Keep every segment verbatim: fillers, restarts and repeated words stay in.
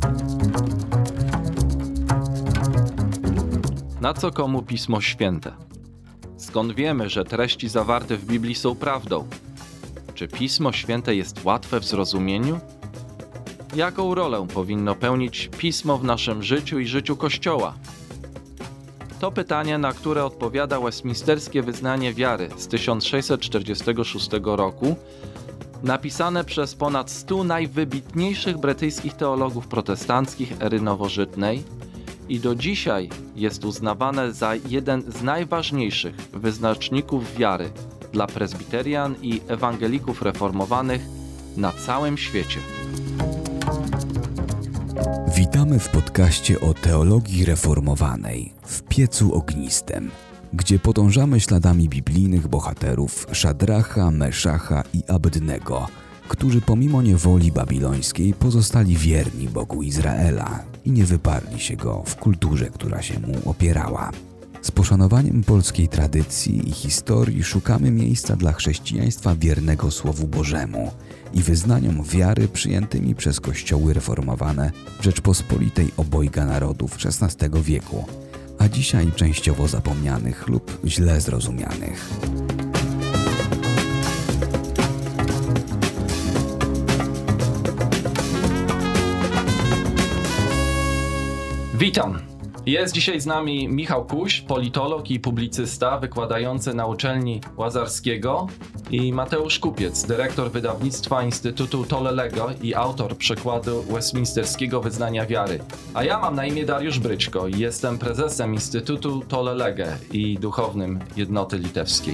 Na co komu Pismo Święte? Skąd wiemy, że treści zawarte w Biblii są prawdą? Czy Pismo Święte jest łatwe w zrozumieniu? Jaką rolę powinno pełnić Pismo w naszym życiu i życiu Kościoła? To pytanie, na które odpowiada Westminsterskie Wyznanie Wiary z tysiąc sześćset czterdziestego szóstego roku, napisane przez ponad stu najwybitniejszych brytyjskich teologów protestanckich ery nowożytnej i do dzisiaj jest uznawane za jeden z najważniejszych wyznaczników wiary dla prezbiterian i ewangelików reformowanych na całym świecie. Witamy w podcaście o teologii reformowanej w piecu ognistym, gdzie podążamy śladami biblijnych bohaterów Szadracha, Meszacha i Abednego, którzy pomimo niewoli babilońskiej pozostali wierni Bogu Izraela i nie wyparli się go w kulturze, która się mu opierała. Z poszanowaniem polskiej tradycji i historii szukamy miejsca dla chrześcijaństwa wiernego Słowu Bożemu i wyznaniom wiary przyjętymi przez kościoły reformowane w Rzeczpospolitej obojga narodów szesnastego wieku, a dzisiaj częściowo zapomnianych lub źle zrozumianych. Witam! Jest dzisiaj z nami Michał Kuś, politolog i publicysta wykładający na uczelni Łazarskiego, i Mateusz Kupiec, dyrektor wydawnictwa Instytutu Tolelego i autor przekładu Westminsterskiego Wyznania Wiary. A ja mam na imię Dariusz Bryćko i jestem prezesem Instytutu Tolelege i duchownym Jednoty Litewskiej.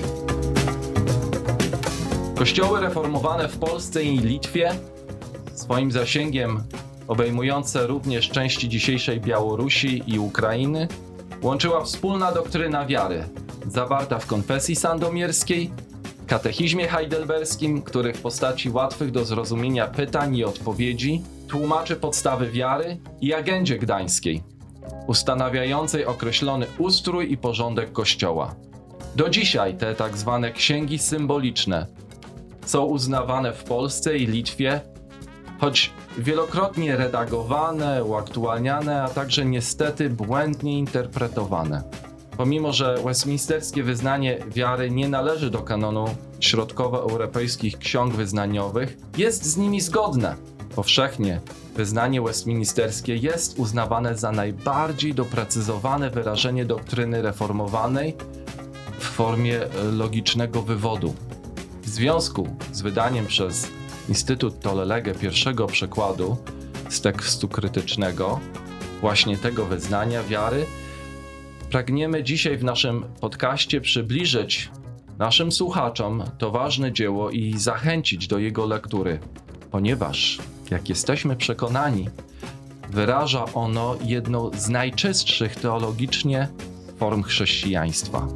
Kościoły reformowane w Polsce i Litwie swoim zasięgiem obejmujące również części dzisiejszej Białorusi i Ukrainy, łączyła wspólna doktryna wiary, zawarta w konfesji sandomierskiej, katechizmie heidelberskim, który w postaci łatwych do zrozumienia pytań i odpowiedzi tłumaczy podstawy wiary, i agendzie gdańskiej, ustanawiającej określony ustrój i porządek Kościoła. Do dzisiaj te tak zwane księgi symboliczne są uznawane w Polsce i Litwie, choć wielokrotnie redagowane, uaktualniane, a także niestety błędnie interpretowane. Pomimo że Westminsterskie Wyznanie Wiary nie należy do kanonu środkowoeuropejskich ksiąg wyznaniowych, jest z nimi zgodne. Powszechnie Wyznanie Westminsterskie jest uznawane za najbardziej doprecyzowane wyrażenie doktryny reformowanej w formie logicznego wywodu. W związku z wydaniem przez Instytut Tolelege pierwszego przekładu z tekstu krytycznego właśnie tego wyznania wiary, pragniemy dzisiaj w naszym podcaście przybliżyć naszym słuchaczom to ważne dzieło i zachęcić do jego lektury, ponieważ, jak jesteśmy przekonani, wyraża ono jedną z najczystszych teologicznie form chrześcijaństwa.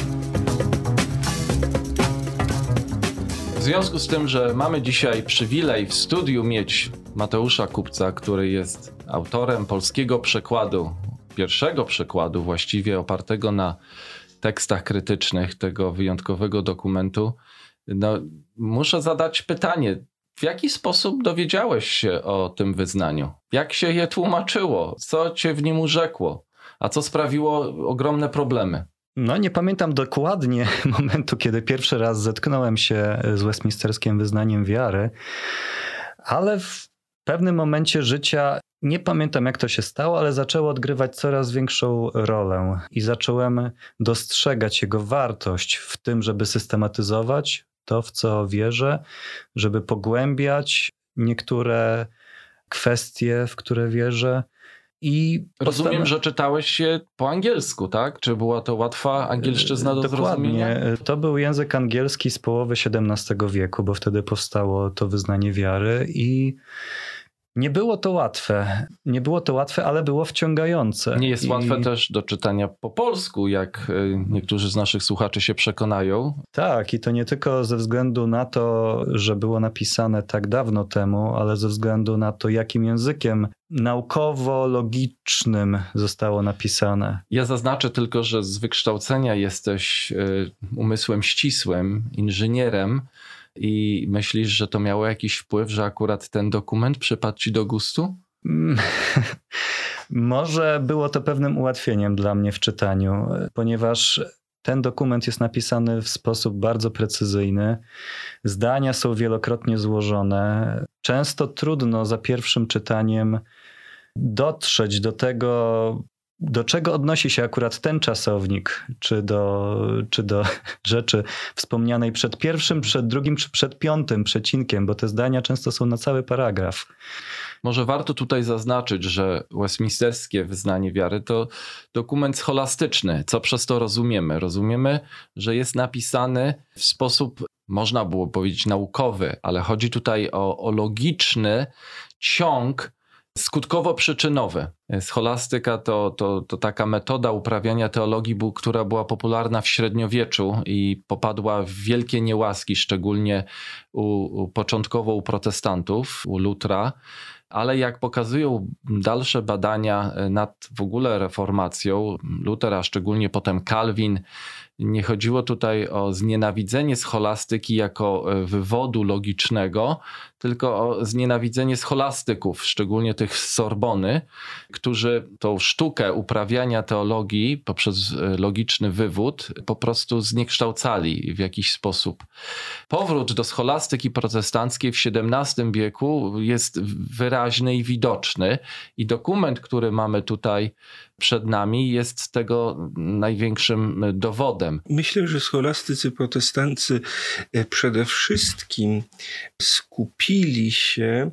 W związku z tym, że mamy dzisiaj przywilej w studiu mieć Mateusza Kupca, który jest autorem polskiego przekładu, pierwszego przekładu właściwie opartego na tekstach krytycznych tego wyjątkowego dokumentu, no, muszę zadać pytanie, w jaki sposób dowiedziałeś się o tym wyznaniu? Jak się je tłumaczyło? Co cię w nim urzekło? A co sprawiło ogromne problemy? No nie pamiętam dokładnie momentu, kiedy pierwszy raz zetknąłem się z Westminsterskim Wyznaniem Wiary, ale w pewnym momencie życia, nie pamiętam jak to się stało, ale zaczęło odgrywać coraz większą rolę i zacząłem dostrzegać jego wartość w tym, żeby systematyzować to, w co wierzę, żeby pogłębiać niektóre kwestie, w które wierzę. I rozumiem, postanów... że czytałeś się po angielsku, tak? Czy była to łatwa angielszczyzna do Dokładnie. zrozumienia? To był język angielski z połowy siedemnastego wieku, bo wtedy powstało to wyznanie wiary i nie było to łatwe. Nie było to łatwe, ale było wciągające. Nie jest I... łatwe też do czytania po polsku, jak niektórzy z naszych słuchaczy się przekonają. Tak, i to nie tylko ze względu na to, że było napisane tak dawno temu, ale ze względu na to, jakim językiem naukowo-logicznym zostało napisane. Ja zaznaczę tylko, że z wykształcenia jesteś umysłem ścisłym, inżynierem, i myślisz, że to miało jakiś wpływ, że akurat ten dokument przypadł ci do gustu? Może było to pewnym ułatwieniem dla mnie w czytaniu, ponieważ ten dokument jest napisany w sposób bardzo precyzyjny. Zdania są wielokrotnie złożone. Często trudno za pierwszym czytaniem dotrzeć do tego, do czego odnosi się akurat ten czasownik, czy do, czy do rzeczy wspomnianej przed pierwszym, przed drugim, czy przed piątym przecinkiem, bo te zdania często są na cały paragraf. Może warto tutaj zaznaczyć, że westminsterskie wyznanie wiary to dokument scholastyczny. Co przez to rozumiemy? Rozumiemy, że jest napisany w sposób, można było powiedzieć, naukowy, ale chodzi tutaj o, o logiczny ciąg skutkowo-przyczynowy. Scholastyka to, to, to taka metoda uprawiania teologii, która była popularna w średniowieczu i popadła w wielkie niełaski, szczególnie u, u, początkowo u protestantów, u Lutra. Ale jak pokazują dalsze badania nad w ogóle reformacją, Luter, a szczególnie potem Kalwin, nie chodziło tutaj o znienawidzenie scholastyki jako wywodu logicznego, tylko o znienawidzenie scholastyków, szczególnie tych z Sorbony, którzy tą sztukę uprawiania teologii poprzez logiczny wywód po prostu zniekształcali w jakiś sposób. Powrót do scholastyki protestanckiej w siedemnastym wieku jest wyraźny i widoczny i dokument, który mamy tutaj przed nami, jest tego największym dowodem. Myślę, że scholastycy protestancy przede wszystkim skupili się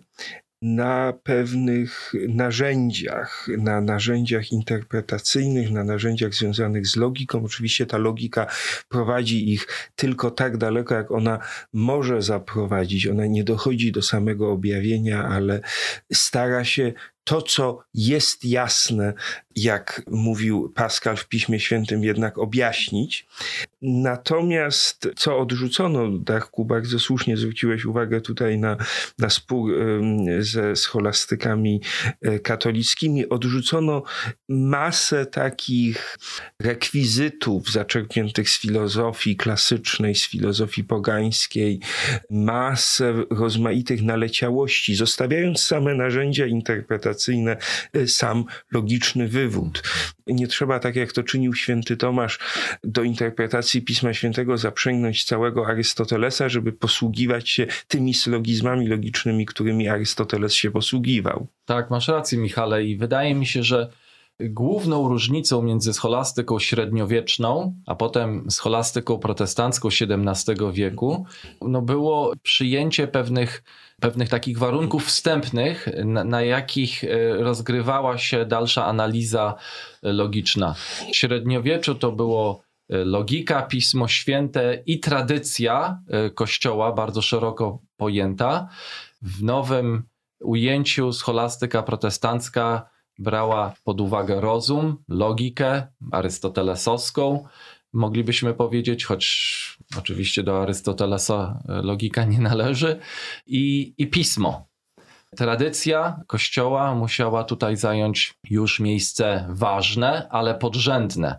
na pewnych narzędziach, na narzędziach interpretacyjnych, na narzędziach związanych z logiką. Oczywiście ta logika prowadzi ich tylko tak daleko, jak ona może zaprowadzić. Ona nie dochodzi do samego objawienia, ale stara się to, co jest jasne, jak mówił Pascal w Piśmie Świętym, jednak objaśnić. Natomiast co odrzucono, Darku, bardzo słusznie zwróciłeś uwagę tutaj na, na spór ze scholastykami katolickimi, odrzucono masę takich rekwizytów zaczerpniętych z filozofii klasycznej, z filozofii pogańskiej, masę rozmaitych naleciałości, zostawiając same narzędzia interpretacyjne, sam logiczny wywód. Nie trzeba, tak jak to czynił święty Tomasz, do interpretacji Pisma Świętego zaprzęgnąć całego Arystotelesa, żeby posługiwać się tymi sylogizmami logicznymi, którymi Arystoteles się posługiwał. Tak, masz rację, Michale, i wydaje mi się, że główną różnicą między scholastyką średniowieczną, a potem scholastyką protestancką siedemnastego wieku, no było przyjęcie pewnych, pewnych takich warunków wstępnych, na, na jakich rozgrywała się dalsza analiza logiczna. W średniowieczu to było logika, Pismo Święte i tradycja Kościoła, bardzo szeroko pojęta. W nowym ujęciu scholastyka protestancka brała pod uwagę rozum, logikę arystotelesowską, moglibyśmy powiedzieć, choć oczywiście do Arystotelesa logika nie należy, i, i pismo. Tradycja Kościoła musiała tutaj zająć już miejsce ważne, ale podrzędne.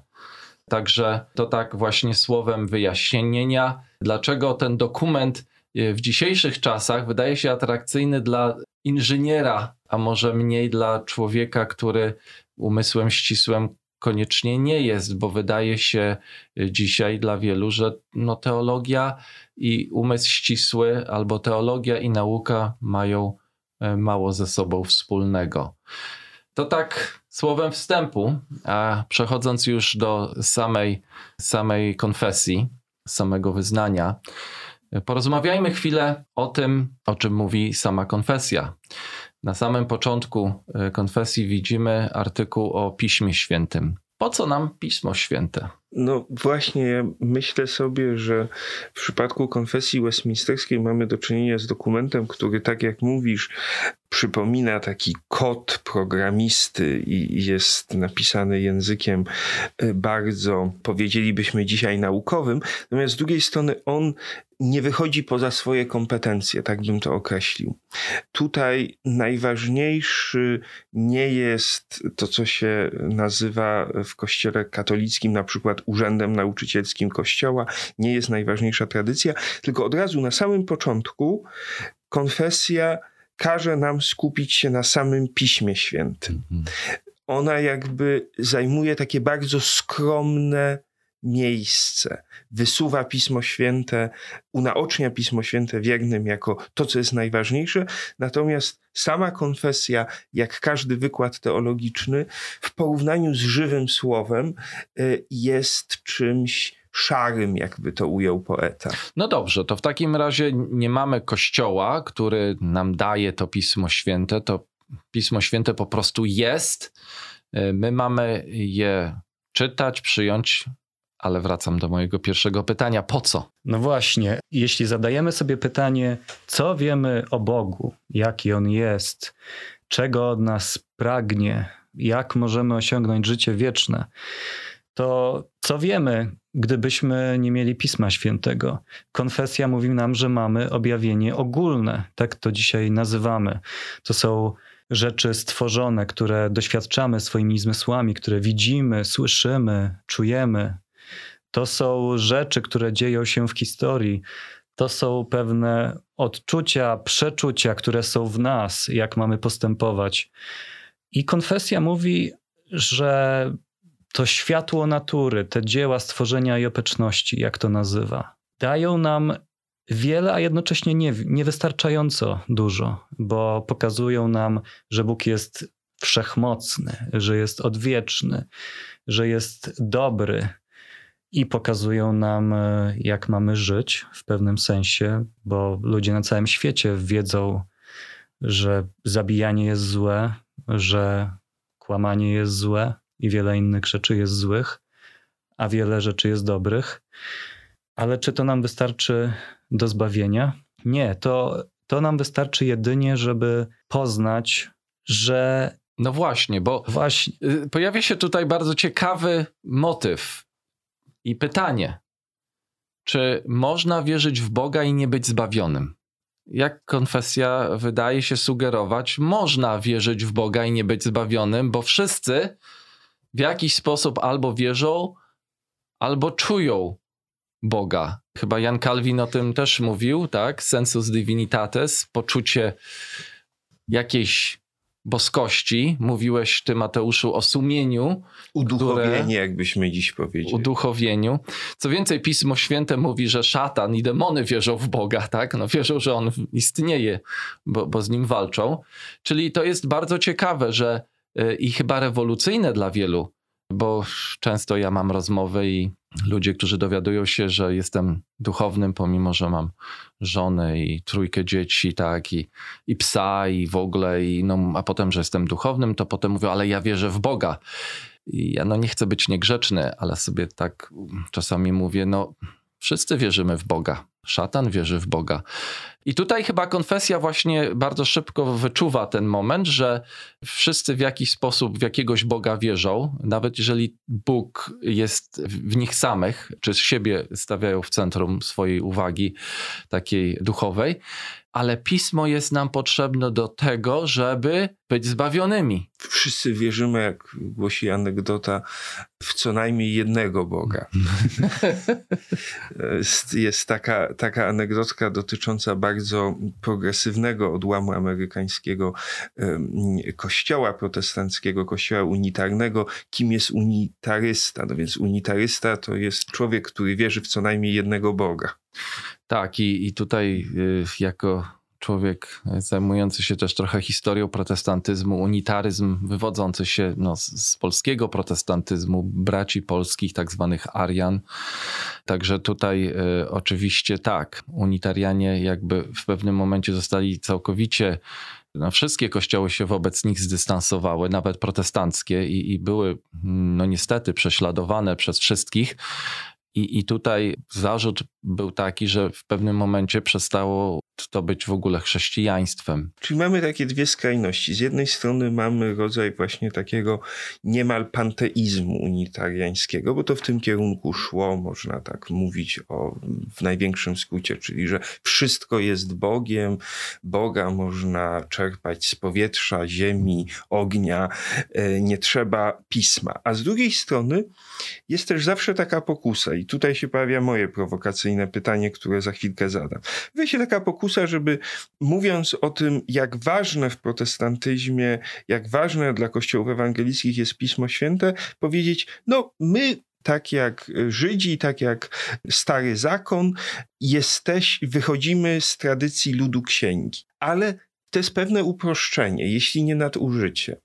Także to tak właśnie słowem wyjaśnienia, dlaczego ten dokument w dzisiejszych czasach wydaje się atrakcyjny dla inżyniera, a może mniej dla człowieka, który umysłem ścisłym koniecznie nie jest, bo wydaje się dzisiaj dla wielu, że no teologia i umysł ścisły albo teologia i nauka mają mało ze sobą wspólnego. To tak słowem wstępu, a przechodząc już do samej, samej konfesji, samego wyznania, porozmawiajmy chwilę o tym, o czym mówi sama konfesja. Na samym początku konfesji widzimy artykuł o Piśmie Świętym. Po co nam Pismo Święte? No właśnie, ja myślę sobie, że w przypadku konfesji westminsterskiej mamy do czynienia z dokumentem, który, tak jak mówisz, przypomina taki kod programisty i jest napisany językiem bardzo, powiedzielibyśmy dzisiaj, naukowym. Natomiast z drugiej strony on nie wychodzi poza swoje kompetencje, tak bym to określił. Tutaj najważniejszy nie jest to, co się nazywa w Kościele katolickim na przykład urzędem nauczycielskim Kościoła, nie jest najważniejsza tradycja, tylko od razu na samym początku konfesja każe nam skupić się na samym Piśmie Świętym. Ona jakby zajmuje takie bardzo skromne miejsce. Wysuwa Pismo Święte, unaocznia Pismo Święte wiernym jako to, co jest najważniejsze. Natomiast sama konfesja, jak każdy wykład teologiczny, w porównaniu z żywym słowem jest czymś szarym, jakby to ujął poeta. No dobrze, to w takim razie nie mamy Kościoła, który nam daje to Pismo Święte. To Pismo Święte po prostu jest. My mamy je czytać, przyjąć, ale wracam do mojego pierwszego pytania. Po co? No właśnie, jeśli zadajemy sobie pytanie, co wiemy o Bogu, jaki On jest, czego od nas pragnie, jak możemy osiągnąć życie wieczne, to co wiemy, gdybyśmy nie mieli Pisma Świętego? Konfesja mówi nam, że mamy objawienie ogólne, tak to dzisiaj nazywamy. To są rzeczy stworzone, które doświadczamy swoimi zmysłami, które widzimy, słyszymy, czujemy. To są rzeczy, które dzieją się w historii. To są pewne odczucia, przeczucia, które są w nas, jak mamy postępować. I konfesja mówi, że to światło natury, te dzieła stworzenia i opeczności, jak to nazywa, dają nam wiele, a jednocześnie nie, niewystarczająco dużo, bo pokazują nam, że Bóg jest wszechmocny, że jest odwieczny, że jest dobry i pokazują nam, jak mamy żyć w pewnym sensie, bo ludzie na całym świecie wiedzą, że zabijanie jest złe, że kłamanie jest złe i wiele innych rzeczy jest złych, a wiele rzeczy jest dobrych. Ale czy to nam wystarczy do zbawienia? Nie, to, to nam wystarczy jedynie, żeby poznać, że... No właśnie, bo właśnie. Pojawia się tutaj bardzo ciekawy motyw i pytanie. Czy można wierzyć w Boga i nie być zbawionym? Jak konfesja wydaje się sugerować, można wierzyć w Boga i nie być zbawionym, bo wszyscy w jakiś sposób albo wierzą, albo czują Boga. Chyba Jan Kalwin o tym też mówił, tak? Sensus divinitatis, poczucie jakiejś boskości. Mówiłeś ty, Mateuszu, o sumieniu. Uduchowienie, które... jakbyśmy dziś powiedzieli. Uduchowieniu. Co więcej, Pismo Święte mówi, że szatan i demony wierzą w Boga, tak? No wierzą, że on istnieje, bo, bo z nim walczą. Czyli to jest bardzo ciekawe, że yy, i chyba rewolucyjne dla wielu, bo często ja mam rozmowy i ludzie, którzy dowiadują się, że jestem duchownym, pomimo że mam żonę i trójkę dzieci, tak, i, i psa i w ogóle, i no, a potem, że jestem duchownym, to potem mówią, ale ja wierzę w Boga. I ja no nie chcę być niegrzeczny, ale sobie tak czasami mówię, no wszyscy wierzymy w Boga. Szatan wierzy w Boga. I tutaj chyba konfesja właśnie bardzo szybko wyczuwa ten moment, że wszyscy w jakiś sposób w jakiegoś Boga wierzą, nawet jeżeli Bóg jest w nich samych, czy siebie stawiają w centrum swojej uwagi takiej duchowej, ale Pismo jest nam potrzebne do tego, żeby być zbawionymi. Wszyscy wierzymy, jak głosi anegdota, w co najmniej jednego Boga. jest, jest taka, taka anegdotka dotycząca bardzo progresywnego odłamu amerykańskiego um, kościoła protestanckiego, kościoła unitarnego. Kim jest unitarysta? No więc unitarysta to jest człowiek, który wierzy w co najmniej jednego Boga. Tak, i, i tutaj y, jako człowiek zajmujący się też trochę historią protestantyzmu, unitaryzm wywodzący się no, z, z polskiego protestantyzmu, braci polskich, tak zwanych Arian. Także tutaj y, oczywiście tak, unitarianie jakby w pewnym momencie zostali całkowicie, no, wszystkie kościoły się wobec nich zdystansowały, nawet protestanckie i, i były no niestety prześladowane przez wszystkich. I, I tutaj zarzut był taki, że w pewnym momencie przestało to być w ogóle chrześcijaństwem. Czyli mamy takie dwie skrajności. Z jednej strony mamy rodzaj właśnie takiego niemal panteizmu unitariańskiego, bo to w tym kierunku szło, można tak mówić o, w największym skrócie, czyli że wszystko jest Bogiem, Boga można czerpać z powietrza, ziemi, ognia, nie trzeba pisma. A z drugiej strony jest też zawsze taka pokusa i tutaj się pojawia moje prowokacyjne pytanie, które za chwilkę zadam. Wyjdzie taka pokusa, pokusa, żeby mówiąc o tym, jak ważne w protestantyzmie, jak ważne dla kościołów ewangelickich jest Pismo Święte, powiedzieć, no my tak jak Żydzi, tak jak Stary Zakon, jesteś, wychodzimy z tradycji ludu księgi. Ale to jest pewne uproszczenie, jeśli nie nadużycie.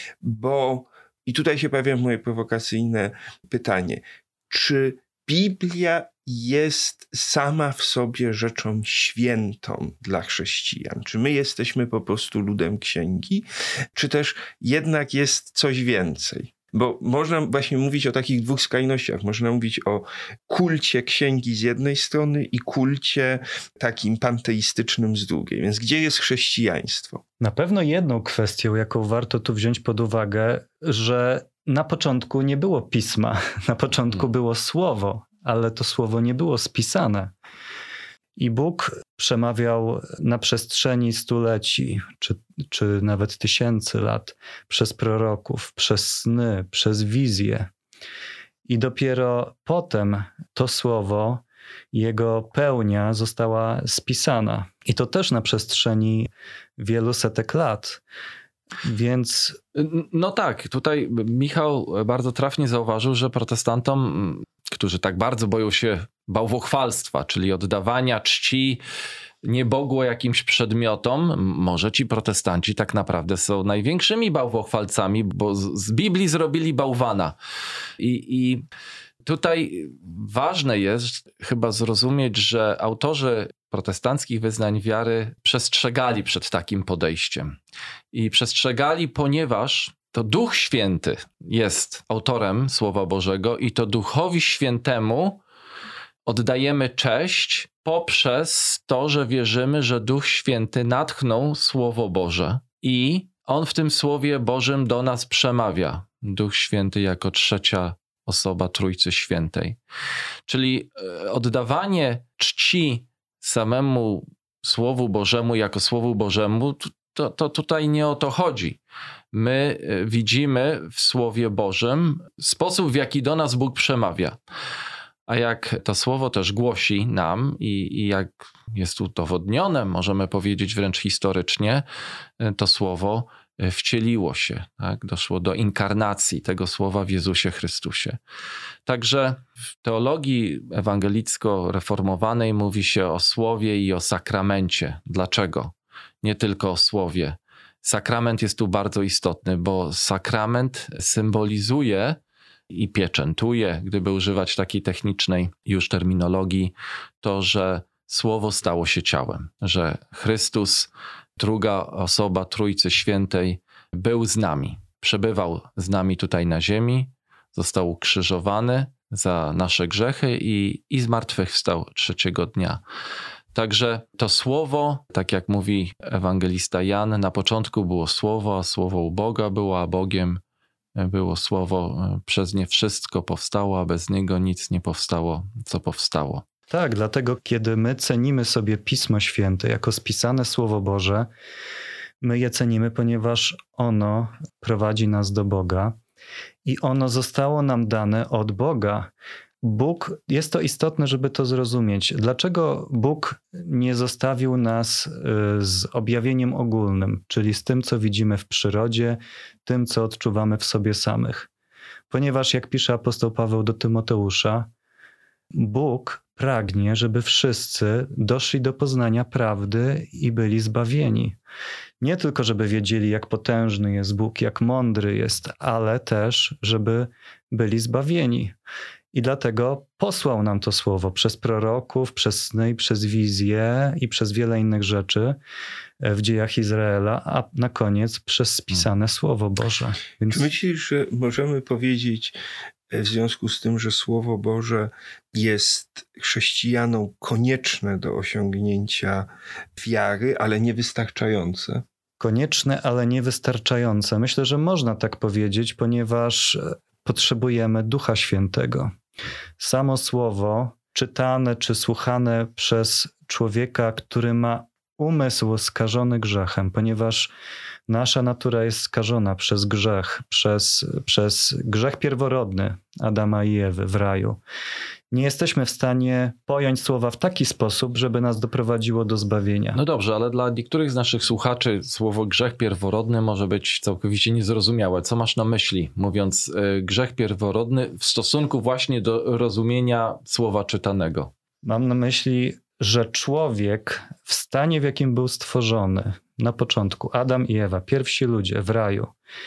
Bo, i tutaj się pojawia moje prowokacyjne pytanie, czy Biblia jest sama w sobie rzeczą świętą dla chrześcijan? Czy my jesteśmy po prostu ludem księgi? Czy też jednak jest coś więcej? Bo można właśnie mówić o takich dwóch skrajnościach. Można mówić o kulcie księgi z jednej strony i kulcie takim panteistycznym z drugiej. Więc gdzie jest chrześcijaństwo? Na pewno jedną kwestią, jaką warto tu wziąć pod uwagę, że na początku nie było pisma, na początku było słowo, ale to słowo nie było spisane. I Bóg przemawiał na przestrzeni stuleci, czy, czy nawet tysięcy lat, przez proroków, przez sny, przez wizje. I dopiero potem to słowo, jego pełnia została spisana. I to też na przestrzeni wielu setek lat. Więc... No tak, tutaj Michał bardzo trafnie zauważył, że protestantom, którzy tak bardzo boją się bałwochwalstwa, czyli oddawania czci niebogło jakimś przedmiotom, może ci protestanci tak naprawdę są największymi bałwochwalcami, bo z Biblii zrobili bałwana. I, i tutaj ważne jest chyba zrozumieć, że autorzy protestanckich wyznań wiary przestrzegali przed takim podejściem. I przestrzegali, ponieważ to Duch Święty jest autorem Słowa Bożego i to Duchowi Świętemu oddajemy cześć poprzez to, że wierzymy, że Duch Święty natchnął Słowo Boże i On w tym Słowie Bożym do nas przemawia. Duch Święty jako trzecia osoba Trójcy Świętej. Czyli oddawanie czci samemu Słowu Bożemu jako Słowu Bożemu, to, to tutaj nie o to chodzi. My widzimy w Słowie Bożym sposób, w jaki do nas Bóg przemawia. A jak to Słowo też głosi nam i, i jak jest udowodnione, możemy powiedzieć wręcz historycznie, to Słowo wcieliło się, tak? Doszło do inkarnacji tego Słowa w Jezusie Chrystusie. Także w teologii ewangelicko-reformowanej mówi się o Słowie i o sakramencie. Dlaczego? Nie tylko o Słowie. Sakrament jest tu bardzo istotny, bo sakrament symbolizuje i pieczętuje, gdyby używać takiej technicznej już terminologii, to, że Słowo stało się ciałem, że Chrystus, druga osoba Trójcy Świętej, był z nami, przebywał z nami tutaj na ziemi, został ukrzyżowany za nasze grzechy i, i zmartwychwstał trzeciego dnia. Także to Słowo, tak jak mówi ewangelista Jan, na początku było Słowo, a Słowo u Boga było, a Bogiem było Słowo. Przez nie wszystko powstało, a bez niego nic nie powstało, co powstało. Tak, dlatego kiedy my cenimy sobie Pismo Święte jako spisane Słowo Boże, my je cenimy, ponieważ ono prowadzi nas do Boga i ono zostało nam dane od Boga. Bóg, jest to istotne, żeby to zrozumieć. Dlaczego Bóg nie zostawił nas z objawieniem ogólnym, czyli z tym, co widzimy w przyrodzie, tym, co odczuwamy w sobie samych? Ponieważ, jak pisze apostoł Paweł do Tymoteusza, Bóg pragnie, żeby wszyscy doszli do poznania prawdy i byli zbawieni. Nie tylko, żeby wiedzieli, jak potężny jest Bóg, jak mądry jest, ale też, żeby byli zbawieni. I dlatego posłał nam to słowo przez proroków, przez sny, przez wizje i przez wiele innych rzeczy w dziejach Izraela, a na koniec przez spisane Słowo Boże. Więc... Czy myślisz, że możemy powiedzieć w związku z tym, że Słowo Boże jest chrześcijanom konieczne do osiągnięcia wiary, ale niewystarczające? Konieczne, ale niewystarczające. Myślę, że można tak powiedzieć, ponieważ potrzebujemy Ducha Świętego. Samo Słowo, czytane czy słuchane przez człowieka, który ma umysł skażony grzechem, ponieważ Nasza natura jest skażona przez grzech, przez, przez grzech pierworodny Adama i Ewy w raju. Nie jesteśmy w stanie pojąć słowa w taki sposób, żeby nas doprowadziło do zbawienia. No dobrze, ale dla niektórych z naszych słuchaczy słowo grzech pierworodny może być całkowicie niezrozumiałe. Co masz na myśli, mówiąc y, grzech pierworodny w stosunku właśnie do rozumienia słowa czytanego? Mam na myśli, że człowiek w stanie, w jakim był stworzony na początku, Adam i Ewa, pierwsi ludzie w raju,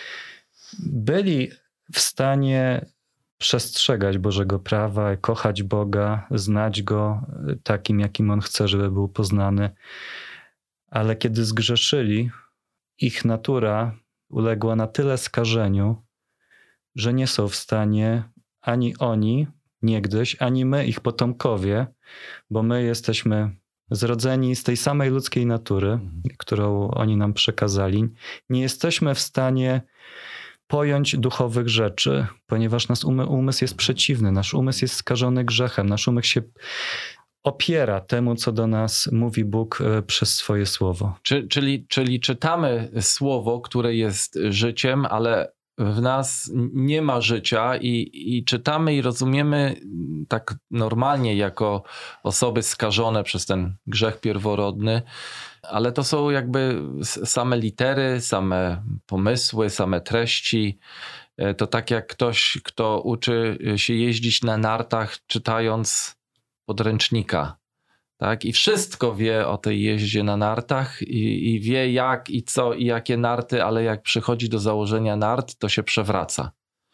byli w stanie przestrzegać Bożego prawa, kochać Boga, znać Go takim, jakim On chce, żeby był poznany. Ale kiedy zgrzeszyli, ich natura uległa na tyle skażeniu, że nie są w stanie ani oni niegdyś, ani my, ich potomkowie, bo my jesteśmy zrodzeni z tej samej ludzkiej natury, którą oni nam przekazali, nie jesteśmy w stanie pojąć duchowych rzeczy, ponieważ nasz umysł jest przeciwny, nasz umysł jest skażony grzechem, nasz umysł się opiera temu, co do nas mówi Bóg przez swoje słowo. Czy, czyli, czyli czytamy słowo, które jest życiem, ale w nas nie ma życia i, i czytamy i rozumiemy tak normalnie jako osoby skażone przez ten grzech pierworodny, ale to są jakby same litery, same pomysły, same treści. To tak jak ktoś, kto uczy się jeździć na nartach, czytając podręcznika. Tak? I wszystko wie o tej jeździe na nartach i, i wie jak i co i jakie narty, ale jak przychodzi do założenia nart, to się przewraca.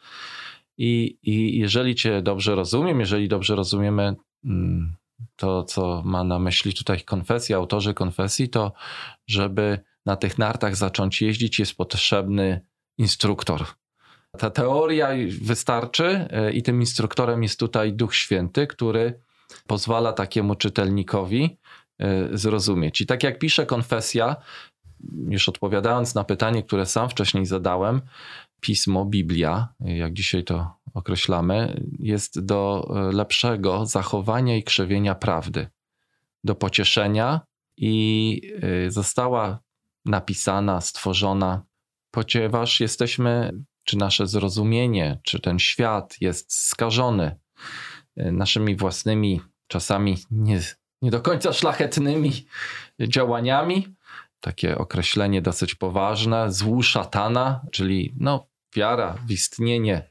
I, i jeżeli cię dobrze rozumiem, jeżeli dobrze rozumiemy mm, to, co ma na myśli tutaj konfesja, autorzy konfesji, to żeby na tych nartach zacząć jeździć, jest potrzebny instruktor. Ta teoria wystarczy i tym instruktorem jest tutaj Duch Święty, który pozwala takiemu czytelnikowi zrozumieć. I tak jak pisze konfesja, już odpowiadając na pytanie, które sam wcześniej zadałem, pismo, Biblia, jak dzisiaj to określamy, jest do lepszego zachowania i krzewienia prawdy, do pocieszenia i została napisana, stworzona, ponieważ jesteśmy, czy nasze zrozumienie, czy ten świat jest skażony naszymi własnymi, czasami nie, nie do końca szlachetnymi działaniami. Takie określenie dosyć poważne, złu szatana, czyli no, wiara w istnienie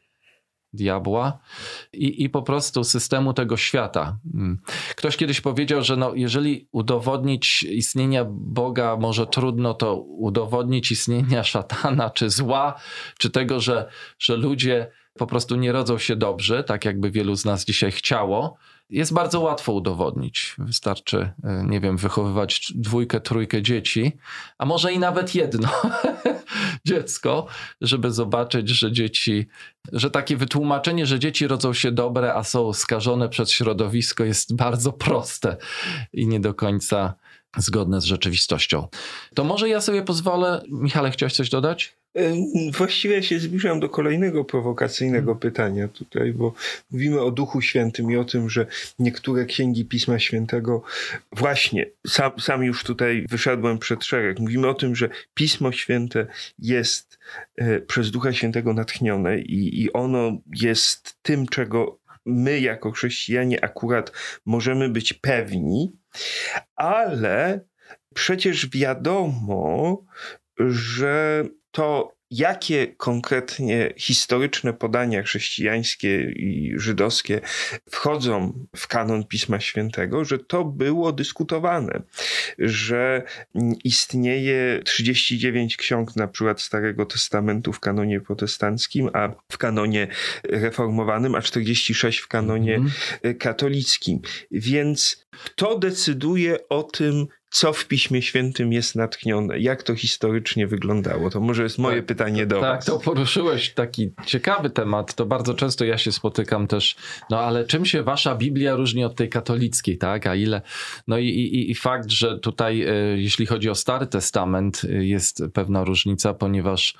diabła i, i po prostu systemu tego świata. Ktoś kiedyś powiedział, że no, jeżeli udowodnić istnienia Boga może trudno, to udowodnić istnienia szatana, czy zła, czy tego, że, że ludzie po prostu nie rodzą się dobrze, tak jakby wielu z nas dzisiaj chciało, jest bardzo łatwo udowodnić. Wystarczy, nie wiem, wychowywać dwójkę, trójkę dzieci, a może i nawet jedno dziecko, żeby zobaczyć, że dzieci, że takie wytłumaczenie, że dzieci rodzą się dobre, a są skażone przez środowisko, jest bardzo proste i nie do końca zgodne z rzeczywistością. To może ja sobie pozwolę, Michale, chciałeś coś dodać? Właściwie się zbliżam do kolejnego prowokacyjnego pytania tutaj, bo mówimy o Duchu Świętym i o tym, że niektóre księgi Pisma Świętego, właśnie, sam, sam już tutaj wyszedłem przed szereg, mówimy o tym, że Pismo Święte jest e, przez Ducha Świętego natchnione i, i ono jest tym, czego my jako chrześcijanie akurat możemy być pewni, ale przecież wiadomo, że to, jakie konkretnie historyczne podania chrześcijańskie i żydowskie wchodzą w kanon Pisma Świętego, że to było dyskutowane, że istnieje trzydzieści dziewięć ksiąg na przykład Starego Testamentu w kanonie protestanckim, a w kanonie reformowanym, a czterdzieści sześć w kanonie mm. katolickim. Więc kto decyduje o tym, co w Piśmie Świętym jest natchnione? Jak to historycznie wyglądało? To może jest moje tak, pytanie do tak, was. Tak, to poruszyłeś taki ciekawy temat. To bardzo często ja się spotykam też, no ale czym się wasza Biblia różni od tej katolickiej, tak? A ile? No i, i, i fakt, że tutaj, jeśli chodzi o Stary Testament, jest pewna różnica, ponieważ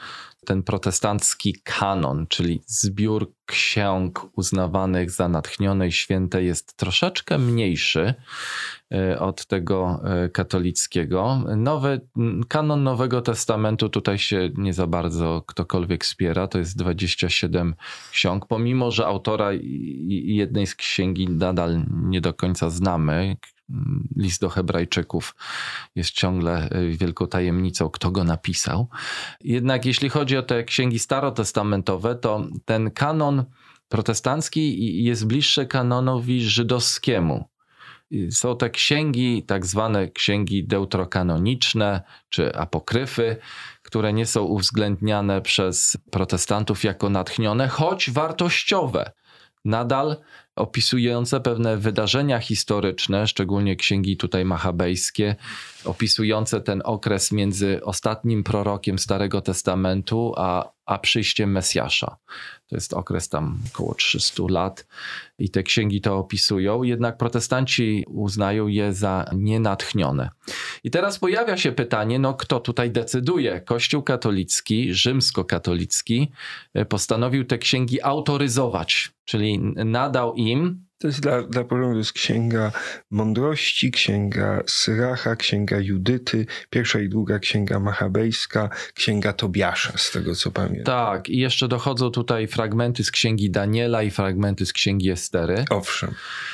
ten protestancki kanon, czyli zbiór ksiąg uznawanych za natchnione i święte, jest troszeczkę mniejszy od tego katolickiego. Nowy, kanon Nowego Testamentu tutaj się nie za bardzo ktokolwiek wspiera. To jest dwadzieścia siedem ksiąg, pomimo że autora jednej z księgi nadal nie do końca znamy. List do Hebrajczyków jest ciągle wielką tajemnicą, kto go napisał. Jednak jeśli chodzi o te księgi starotestamentowe, to ten kanon protestancki jest bliższy kanonowi żydowskiemu. Są te księgi, tak zwane księgi deutrokanoniczne czy apokryfy, które nie są uwzględniane przez protestantów jako natchnione, choć wartościowe. Nadal opisujące pewne wydarzenia historyczne, szczególnie księgi tutaj machabejskie, opisujące ten okres między ostatnim prorokiem Starego Testamentu a, a przyjściem Mesjasza. To jest okres tam około trzysta lat i te księgi to opisują, jednak protestanci uznają je za nienatchnione. I teraz pojawia się pytanie, no kto tutaj decyduje? Kościół katolicki, rzymskokatolicki postanowił te księgi autoryzować, czyli nadał im. To jest dla, dla porządku, to jest księga mądrości, księga Syracha, księga Judyty, pierwsza i druga księga machabejska, księga Tobiasza, z tego co pamiętam. Tak, i jeszcze dochodzą tutaj fragmenty z księgi Daniela i fragmenty z księgi Estery. Owszem.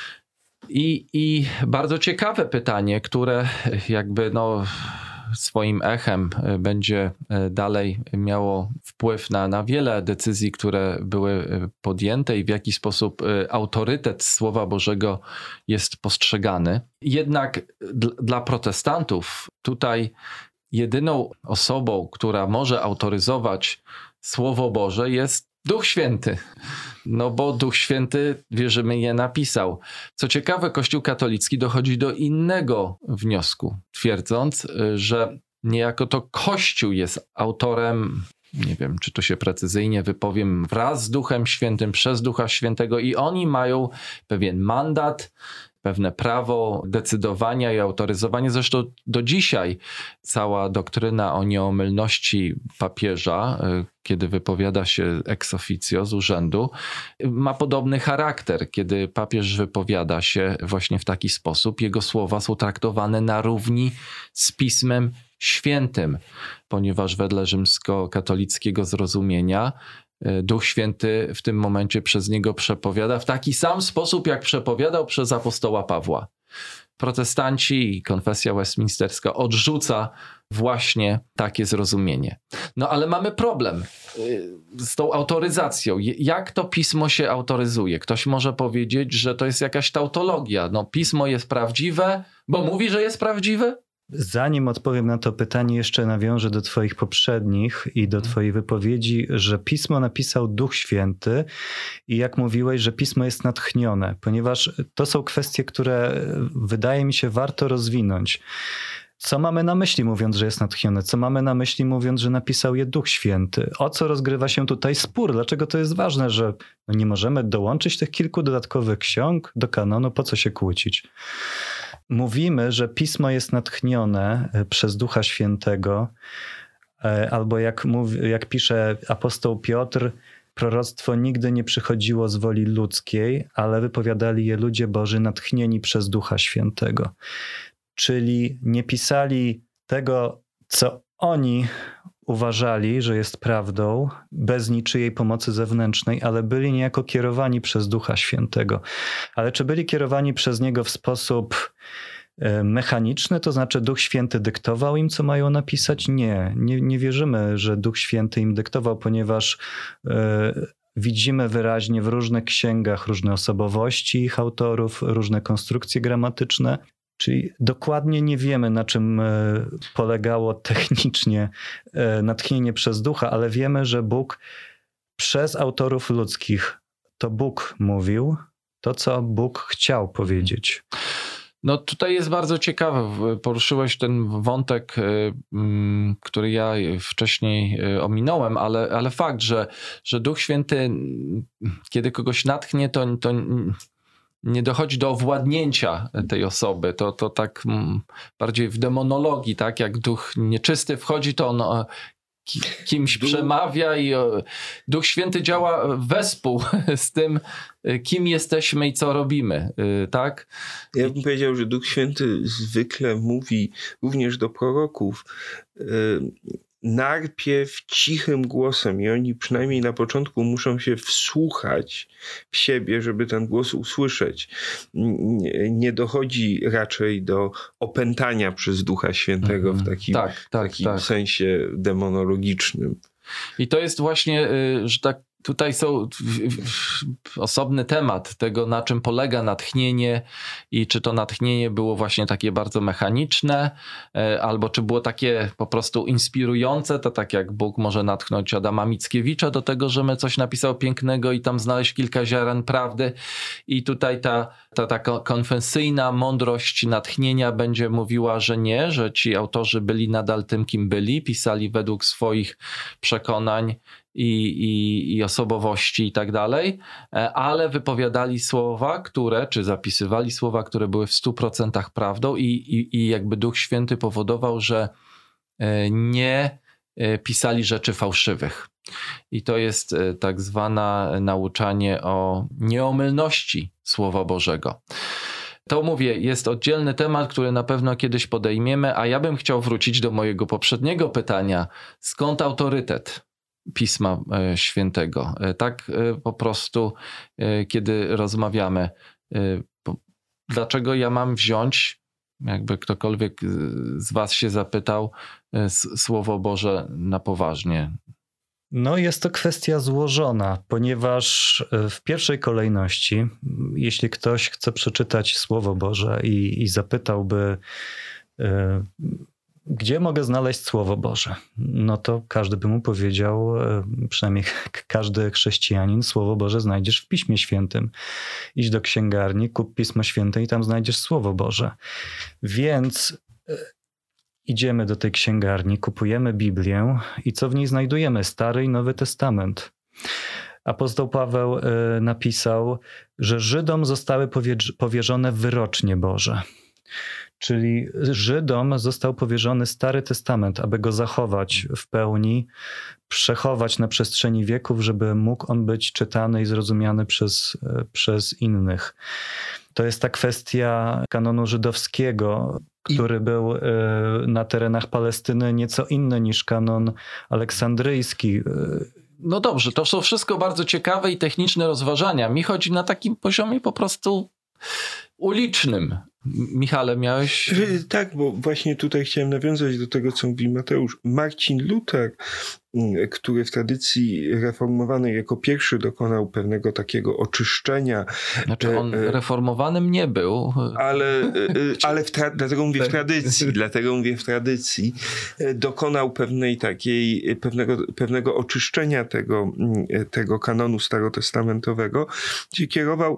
I, i bardzo ciekawe pytanie, które jakby no swoim echem będzie dalej miało wpływ na, na wiele decyzji, które były podjęte i w jaki sposób autorytet Słowa Bożego jest postrzegany. Jednak d- dla protestantów tutaj jedyną osobą, która może autoryzować Słowo Boże, jest Duch Święty. No bo Duch Święty, wierzymy, je napisał. Co ciekawe, Kościół katolicki dochodzi do innego wniosku, twierdząc, że niejako to Kościół jest autorem, nie wiem, czy to się precyzyjnie wypowiem, wraz z Duchem Świętym, przez Ducha Świętego i oni mają pewien mandat, pewne prawo decydowania i autoryzowania. Zresztą do dzisiaj cała doktryna o nieomylności papieża, kiedy wypowiada się ex officio z urzędu, ma podobny charakter. Kiedy papież wypowiada się właśnie w taki sposób, jego słowa są traktowane na równi z Pismem Świętym, ponieważ wedle rzymskokatolickiego zrozumienia Duch Święty w tym momencie przez niego przepowiada w taki sam sposób, jak przepowiadał przez apostoła Pawła. Protestanci i konfesja westminsterska odrzuca właśnie takie zrozumienie. No ale mamy problem z tą autoryzacją. Jak to pismo się autoryzuje? Ktoś może powiedzieć, że to jest jakaś tautologia. No pismo jest prawdziwe, bo mówi, że jest prawdziwe? Zanim odpowiem na to pytanie, jeszcze nawiążę do twoich poprzednich i do twojej wypowiedzi, że Pismo napisał Duch Święty i jak mówiłeś, że Pismo jest natchnione, ponieważ to są kwestie, które wydaje mi się warto rozwinąć. Co mamy na myśli mówiąc, że jest natchnione? Co mamy na myśli mówiąc, że napisał je Duch Święty? O co rozgrywa się tutaj spór? Dlaczego to jest ważne, że nie możemy dołączyć tych kilku dodatkowych ksiąg do kanonu? Po co się kłócić? Mówimy, że Pismo jest natchnione przez Ducha Świętego, albo jak, mówi, jak pisze apostoł Piotr, proroctwo nigdy nie przychodziło z woli ludzkiej, ale wypowiadali je ludzie Boży natchnieni przez Ducha Świętego. Czyli nie pisali tego, co oni uważali, że jest prawdą, bez niczyjej pomocy zewnętrznej, ale byli niejako kierowani przez Ducha Świętego. Ale czy byli kierowani przez Niego w sposób mechaniczny, to znaczy Duch Święty dyktował im, co mają napisać? Nie, nie, nie wierzymy, że Duch Święty im dyktował, ponieważ yy, widzimy wyraźnie w różnych księgach różne osobowości ich autorów, różne konstrukcje gramatyczne. Czyli dokładnie nie wiemy, na czym polegało technicznie natchnienie przez Ducha, ale wiemy, że Bóg przez autorów ludzkich, to Bóg mówił to, co Bóg chciał powiedzieć. No tutaj jest bardzo ciekawe. Poruszyłeś ten wątek, który ja wcześniej ominąłem, ale, ale fakt, że, że Duch Święty, kiedy kogoś natchnie, to, to nie dochodzi do owładnięcia tej osoby. To, to tak bardziej w demonologii, tak jak duch nieczysty wchodzi, to on kimś Duch... przemawia i Duch Święty działa wespół z tym, kim jesteśmy i co robimy, tak? Ja bym powiedział, że Duch Święty zwykle mówi również do proroków najpierw cichym głosem i oni przynajmniej na początku muszą się wsłuchać w siebie, żeby ten głos usłyszeć. Nie dochodzi raczej do opętania przez Ducha Świętego mm-hmm. w takim, tak, tak, takim tak. sensie demonologicznym. I to jest właśnie, że tak tutaj są osobny temat tego, na czym polega natchnienie i czy to natchnienie było właśnie takie bardzo mechaniczne, albo czy było takie po prostu inspirujące, to tak jak Bóg może natchnąć Adama Mickiewicza do tego, żeby coś napisał pięknego i tam znaleźć kilka ziaren prawdy. I tutaj ta, ta taka konfesyjna mądrość natchnienia będzie mówiła, że nie, że ci autorzy byli nadal tym, kim byli, pisali według swoich przekonań I, i, i osobowości i tak dalej, ale wypowiadali słowa, które, czy zapisywali słowa, które były w stu procentach prawdą i, i, i jakby Duch Święty powodował, że nie pisali rzeczy fałszywych. I to jest tak zwane nauczanie o nieomylności Słowa Bożego. To mówię, jest oddzielny temat, który na pewno kiedyś podejmiemy, a ja bym chciał wrócić do mojego poprzedniego pytania. Skąd autorytet Pisma Świętego? Tak po prostu, kiedy rozmawiamy, dlaczego ja mam wziąć, jakby ktokolwiek z was się zapytał, Słowo Boże na poważnie? No jest to kwestia złożona, ponieważ w pierwszej kolejności, jeśli ktoś chce przeczytać Słowo Boże i, i zapytałby, gdzie mogę znaleźć Słowo Boże? No to każdy by mu powiedział, przynajmniej każdy chrześcijanin, Słowo Boże znajdziesz w Piśmie Świętym. Idź do księgarni, kup Pismo Święte i tam znajdziesz Słowo Boże. Więc idziemy do tej księgarni, kupujemy Biblię i co w niej znajdujemy? Stary i Nowy Testament. Apostoł Paweł napisał, że Żydom zostały powierzone wyrocznie Boże. Czyli Żydom został powierzony Stary Testament, aby go zachować w pełni, przechować na przestrzeni wieków, żeby mógł on być czytany i zrozumiany przez, przez innych. To jest ta kwestia kanonu żydowskiego, który był na terenach Palestyny nieco inny niż kanon aleksandryjski. No dobrze, to są wszystko bardzo ciekawe i techniczne rozważania. Mi chodzi na takim poziomie po prostu ulicznym. Michale, miałeś... Tak, bo właśnie tutaj chciałem nawiązać do tego, co mówi Mateusz. Marcin Luther, który w tradycji reformowanej jako pierwszy dokonał pewnego takiego oczyszczenia. Znaczy on reformowanym nie był. Ale, ale w tra- dlatego mówię w tradycji, dlatego mówię w tradycji, dokonał pewnej takiej, pewnego, pewnego oczyszczenia tego, tego kanonu starotestamentowego, gdzie kierował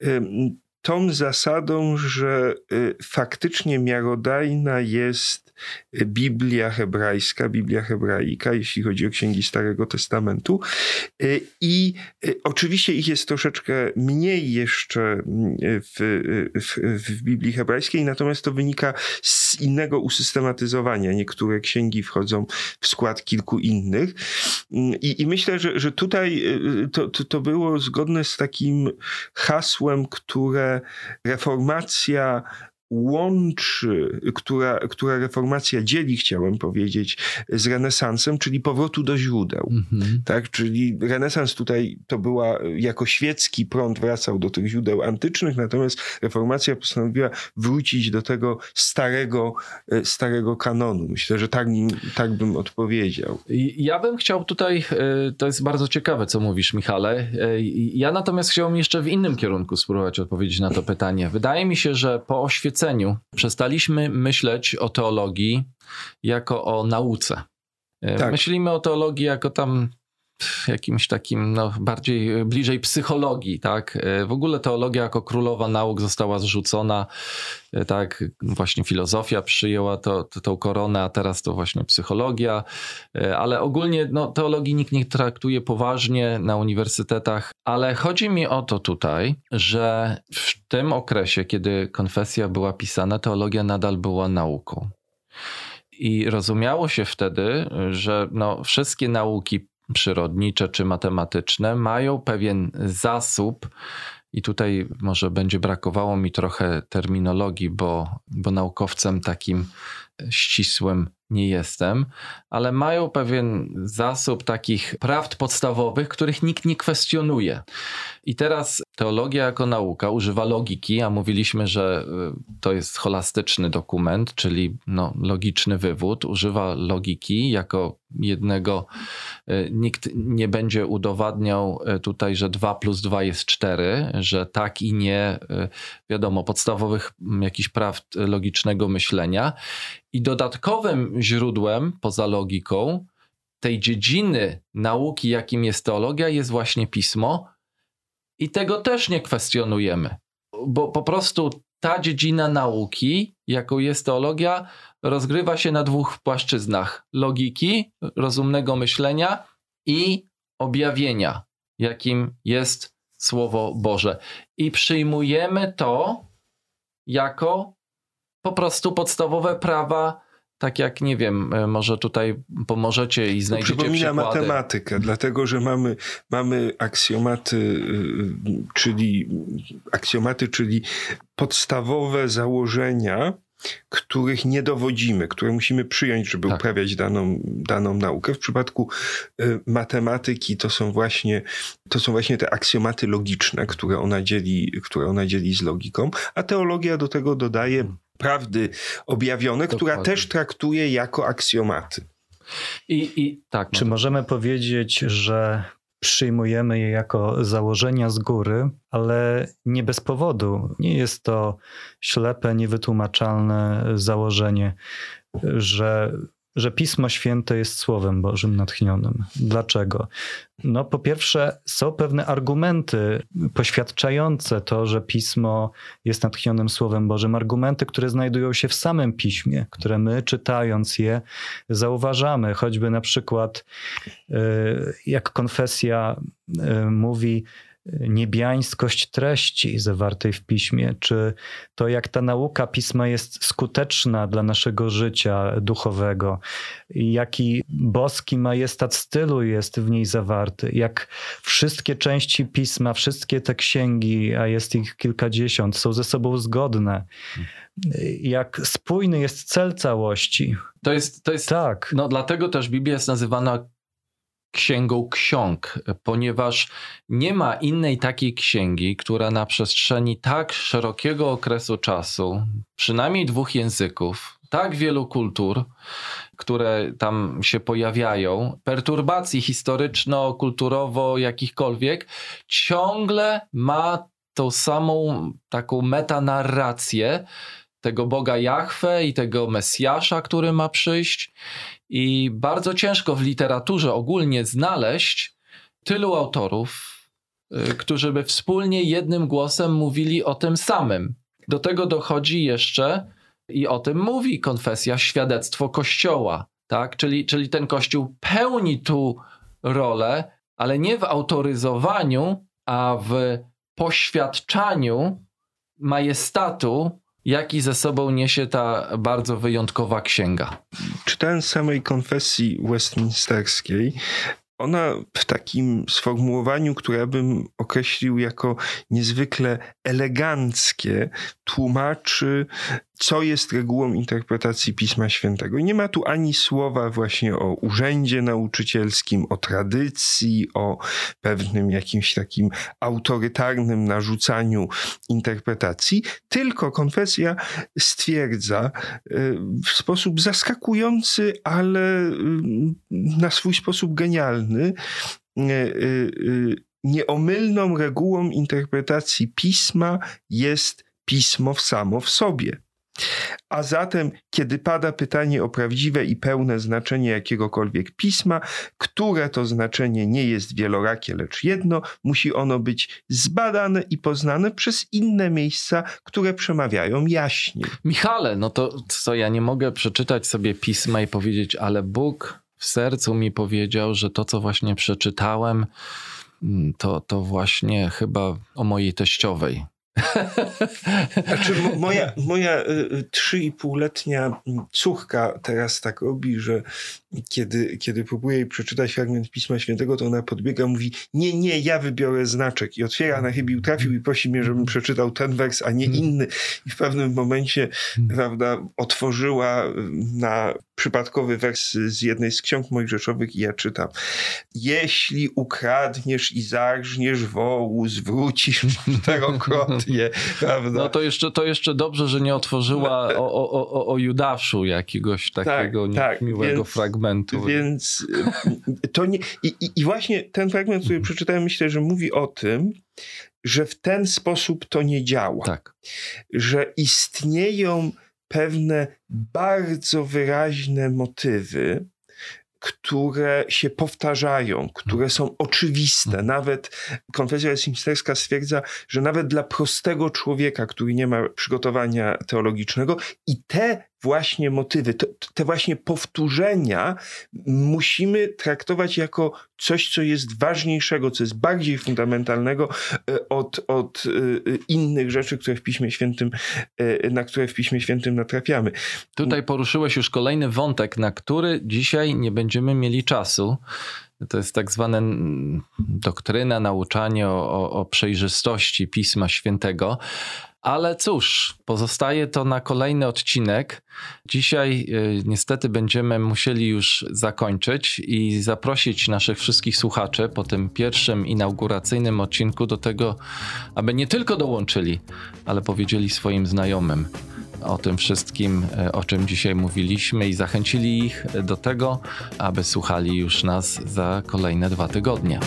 tą zasadą, że faktycznie miarodajna jest Biblia hebrajska, Biblia hebraika, jeśli chodzi o księgi Starego Testamentu. I oczywiście ich jest troszeczkę mniej jeszcze w, w, w Biblii hebrajskiej, natomiast to wynika z innego usystematyzowania. Niektóre księgi wchodzą w skład kilku innych. I, i myślę, że, że tutaj to, to, to było zgodne z takim hasłem, które reformacja łączy, która, która reformacja dzieli, chciałem powiedzieć, z renesansem, czyli powrotu do źródeł. Mm-hmm. Tak? Czyli renesans tutaj to była jako świecki prąd wracał do tych źródeł antycznych, natomiast reformacja postanowiła wrócić do tego starego, starego kanonu. Myślę, że tak, tak bym odpowiedział. Ja bym chciał tutaj, to jest bardzo ciekawe, co mówisz, Michale. Ja natomiast chciałbym jeszcze w innym kierunku spróbować odpowiedzieć na to pytanie. Wydaje mi się, że po oświeceniu przestaliśmy myśleć o teologii jako o nauce. Tak. Myślimy o teologii jako tam jakimś takim, no bardziej bliżej psychologii, tak? W ogóle teologia jako królowa nauk została zrzucona, tak? Właśnie filozofia przyjęła to, to, tą koronę, a teraz to właśnie psychologia, ale ogólnie no, teologii nikt nie traktuje poważnie na uniwersytetach, ale chodzi mi o to tutaj, że w tym okresie, kiedy konfesja była pisana, teologia nadal była nauką. I rozumiało się wtedy, że no, wszystkie nauki przyrodnicze czy matematyczne mają pewien zasób. I tutaj może będzie brakowało mi trochę terminologii, bo, bo naukowcem takim ścisłym nie jestem, ale mają pewien zasób takich prawd podstawowych, których nikt nie kwestionuje. I teraz teologia jako nauka używa logiki, a mówiliśmy, że to jest scholastyczny dokument, czyli no, logiczny wywód. Używa logiki jako jednego, nikt nie będzie udowadniał tutaj, że dwa plus dwa jest cztery, że tak i nie, wiadomo, podstawowych jakichś prawd logicznego myślenia. I dodatkowym źródłem, poza logiką, tej dziedziny nauki, jakim jest teologia, jest właśnie pismo. I tego też nie kwestionujemy, bo po prostu ta dziedzina nauki, jaką jest teologia, rozgrywa się na dwóch płaszczyznach. Logiki, rozumnego myślenia i objawienia, jakim jest Słowo Boże. I przyjmujemy to jako po prostu podstawowe prawa, tak jak, nie wiem, może tutaj pomożecie i znajdziecie to przypomina przykłady. Matematykę, dlatego że mamy, mamy aksjomaty, czyli aksjomaty, czyli podstawowe założenia, których nie dowodzimy, które musimy przyjąć, żeby tak. uprawiać daną, daną naukę. W przypadku y, matematyki to są właśnie, to są właśnie te aksjomaty logiczne, które ona dzieli, które ona dzieli z logiką, a teologia do tego dodaje prawdy objawione, Dokładnie. która też traktuje jako aksjomaty. I, i tak. Czy możemy powiedzieć, że przyjmujemy je jako założenia z góry, ale nie bez powodu. Nie jest to ślepe, niewytłumaczalne założenie, że, że Pismo Święte jest Słowem Bożym natchnionym. Dlaczego? No po pierwsze są pewne argumenty poświadczające to, że Pismo jest natchnionym Słowem Bożym. Argumenty, które znajdują się w samym Piśmie, które my czytając je zauważamy. Choćby na przykład jak konfesja mówi niebiańskość treści zawartej w Piśmie, czy to jak ta nauka Pisma jest skuteczna dla naszego życia duchowego, jaki boski majestat stylu jest w niej zawarty, jak wszystkie części Pisma, wszystkie te księgi, a jest ich kilkadziesiąt, są ze sobą zgodne, jak spójny jest cel całości. To jest, to jest tak. No dlatego też Biblia jest nazywana księgą ksiąg, ponieważ nie ma innej takiej księgi, która na przestrzeni tak szerokiego okresu czasu, przynajmniej dwóch języków, tak wielu kultur, które tam się pojawiają, perturbacji historyczno-kulturowo jakichkolwiek, ciągle ma tą samą taką metanarrację tego Boga Jahwe i tego Mesjasza, który ma przyjść. I bardzo ciężko w literaturze ogólnie znaleźć tylu autorów, y, którzy by wspólnie jednym głosem mówili o tym samym. Do tego dochodzi jeszcze i o tym mówi konfesja, świadectwo Kościoła, tak? Czyli, czyli ten Kościół pełni tu rolę, ale nie w autoryzowaniu, a w poświadczaniu majestatu, jaki ze sobą niesie ta bardzo wyjątkowa księga. Czytając samej konfesji westminsterskiej, ona w takim sformułowaniu, które ja bym określił jako niezwykle eleganckie, tłumaczy, co jest regułą interpretacji Pisma Świętego. I nie ma tu ani słowa właśnie o urzędzie nauczycielskim, o tradycji, o pewnym jakimś takim autorytarnym narzucaniu interpretacji, tylko konfesja stwierdza w sposób zaskakujący, ale na swój sposób genialny, nieomylną regułą interpretacji Pisma jest Pismo samo w sobie. A zatem, kiedy pada pytanie o prawdziwe i pełne znaczenie jakiegokolwiek pisma, które to znaczenie nie jest wielorakie, lecz jedno, musi ono być zbadane i poznane przez inne miejsca, które przemawiają jaśniej. Michale, no to co, ja nie mogę przeczytać sobie pisma i powiedzieć, ale Bóg w sercu mi powiedział, że to, co właśnie przeczytałem, to, to właśnie chyba o mojej teściowej. Znaczy, moja, moja trzy i półletnia córka teraz tak robi, że kiedy, kiedy próbuję jej przeczytać fragment Pisma Świętego, to ona podbiega, mówi: nie, nie, ja wybiorę znaczek, i otwiera na chybił trafił i prosi mnie, żebym przeczytał ten wers, a nie inny. I w pewnym momencie, prawda, otworzyła na przypadkowy wers z jednej z ksiąg mojżeszowych i ja czytam: jeśli ukradniesz i zarżniesz wołu, zwrócisz czterokrotnie, prawda? No to jeszcze, to jeszcze dobrze, że nie otworzyła o, o, o, o Judaszu jakiegoś takiego tak, tak, miłego więc, fragmentu. Więc to nie... I, i, I właśnie ten fragment, który przeczytałem, myślę, że mówi o tym, że w ten sposób to nie działa. Tak. Że istnieją pewne bardzo wyraźne motywy, które się powtarzają, które są oczywiste. Nawet konfesja westminsterska stwierdza, że nawet dla prostego człowieka, który nie ma przygotowania teologicznego, i te właśnie motywy, te, te właśnie powtórzenia musimy traktować jako coś, co jest ważniejszego, co jest bardziej fundamentalnego od, od innych rzeczy, które w Piśmie Świętym, na które w Piśmie Świętym natrafiamy. Tutaj poruszyłeś już kolejny wątek, na który dzisiaj nie będziemy mieli czasu. To jest tak zwana doktryna, nauczanie o, o, o przejrzystości Pisma Świętego. Ale cóż, pozostaje to na kolejny odcinek. Dzisiaj y, niestety będziemy musieli już zakończyć i zaprosić naszych wszystkich słuchaczy po tym pierwszym inauguracyjnym odcinku do tego, aby nie tylko dołączyli, ale powiedzieli swoim znajomym o tym wszystkim, o czym dzisiaj mówiliśmy, i zachęcili ich do tego, aby słuchali już nas za kolejne dwa tygodnie.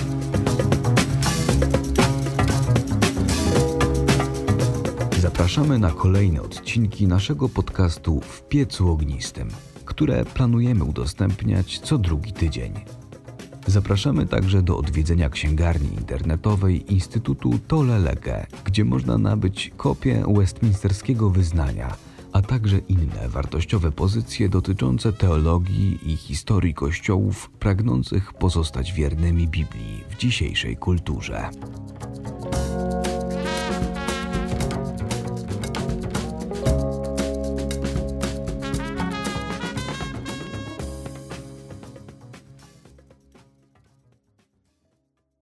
Zapraszamy na kolejne odcinki naszego podcastu W piecu ognistym, które planujemy udostępniać co drugi tydzień. Zapraszamy także do odwiedzenia księgarni internetowej Instytutu Tolle Lege, gdzie można nabyć kopię westminsterskiego wyznania, a także inne wartościowe pozycje dotyczące teologii i historii kościołów pragnących pozostać wiernymi Biblii w dzisiejszej kulturze.